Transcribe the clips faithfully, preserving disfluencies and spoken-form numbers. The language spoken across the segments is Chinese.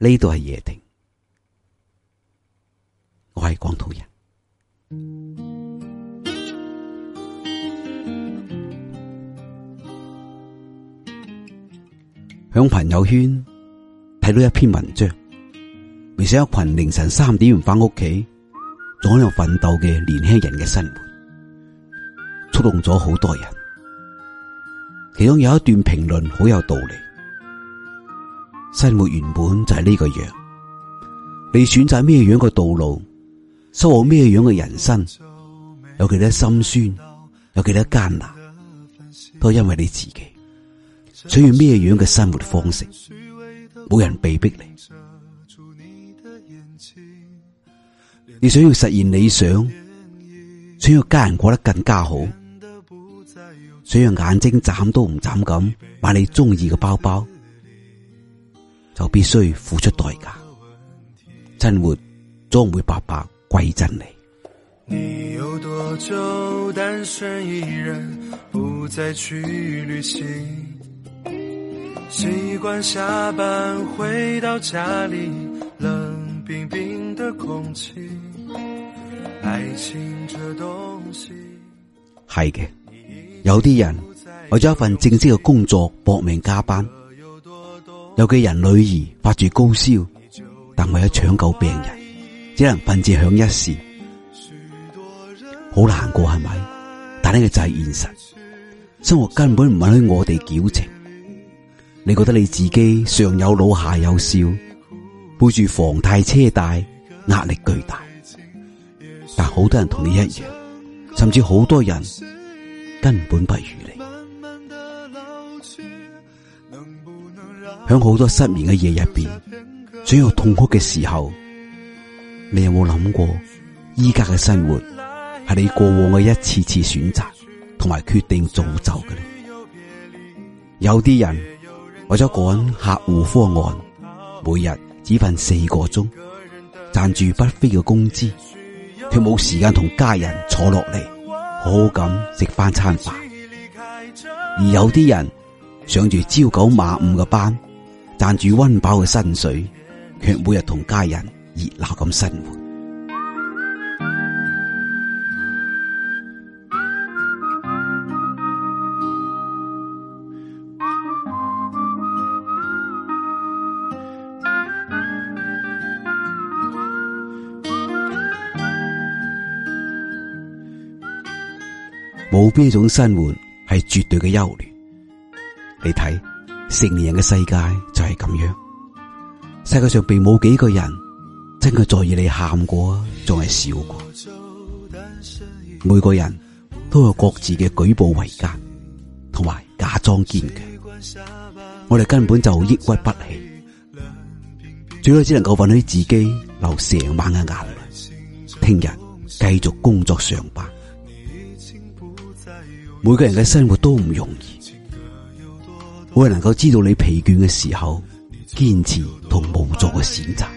呢度係夜亭，我係廣土人。響朋友圈睇到一篇文章，描寫一群凌晨三點唔返屋企，仲喺度奮鬥嘅年輕人嘅生活，觸動咗好多人。其中有一段評論好有道理：生活原本就係呢個樣，你選擇咩樣嘅道路，收穫咩樣嘅人生，有幾多心酸，有幾多艱難，都係因為你自己想要咩樣嘅生活方式，冇人被逼你。你想要實現理想，想要家人過得更加好，想要眼睛眨都唔眨咁買你中意嘅包包，就必須付出代價。生活總唔會白白饋贈你。 你有多久單身一人，不再去旅行，習慣下班回到家裏，冷冰冰的空氣，愛情這東西。 係嘅，有啲人為咗一份正式嘅工作搏命加班，有嘅人女兒發住高燒，但為咗搶救病人，只能奮戰響一時。好難過係咪？但呢個就係現實，生活根本唔允許我哋矯情。你覺得你自己上有老下有少，背住房貸車貸，壓力巨大，但好多人同你一樣，甚至好多人根本不如你。響好多失眠嘅夜入邊，想要痛哭嘅時候，你有冇諗過依家嘅生活係你過往嘅一次次選擇同埋決定造就嘅呢？有啲人為咗趕客戶方案，每日只瞓四個鐘，賺住不菲嘅工資，卻冇時間同家人坐落嚟好好咁食翻餐飯。而有啲人上住朝九晚五嘅班，賺住溫飽嘅薪水，卻每日同家人熱鬧咁生活。冇邊一種生活係絕對嘅優劣。你睇，成年人嘅世界就係咁樣，世界上並冇幾個人真係在意你喊過，仲係笑過。每個人都有各自嘅舉步維艱，同埋假裝堅強。我哋根本就抑鬱不起，最多只能夠允許自己流成晚嘅眼淚，聽日繼續工作上班。每個人嘅生活都唔容易，冇人能夠知道你疲倦嘅時候，堅持同無助嘅選擇。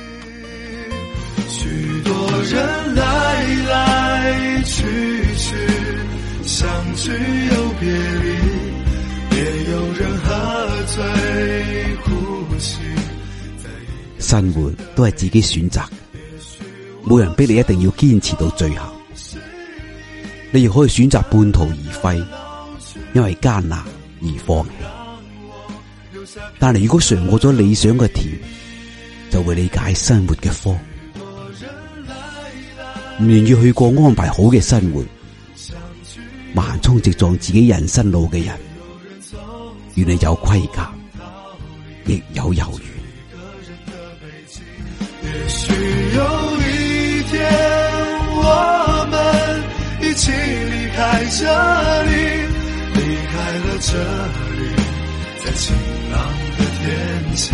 許多人來來去去，相聚又別離，也有人喝醉呼吸。 生活都係自己選擇，冇人逼你一定要堅持到最後。你亦可以選擇半途而廢，因為艱難而放棄。但係如果嘗過咗理想嘅甜，就會理解生活嘅荒。唔願意去過安排好嘅生活，橫衝直撞自己人生路嘅人，願你有盔甲，亦有猶豫。 也許有一天我們一起離開這裏，離開了這裏，在晴朗的天氣，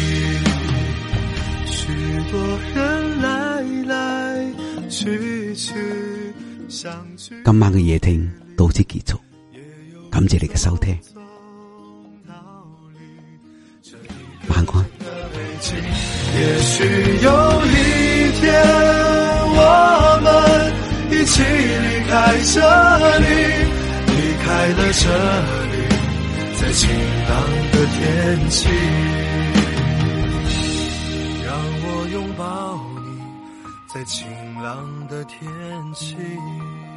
許多人來來去去，相聚。 今晚嘅夜聽到此結束，感謝你嘅收聽，晚安。 也許有一天我們一起離開這裏，離開了這裏，在晴朗的天氣。 在晴朗的天气。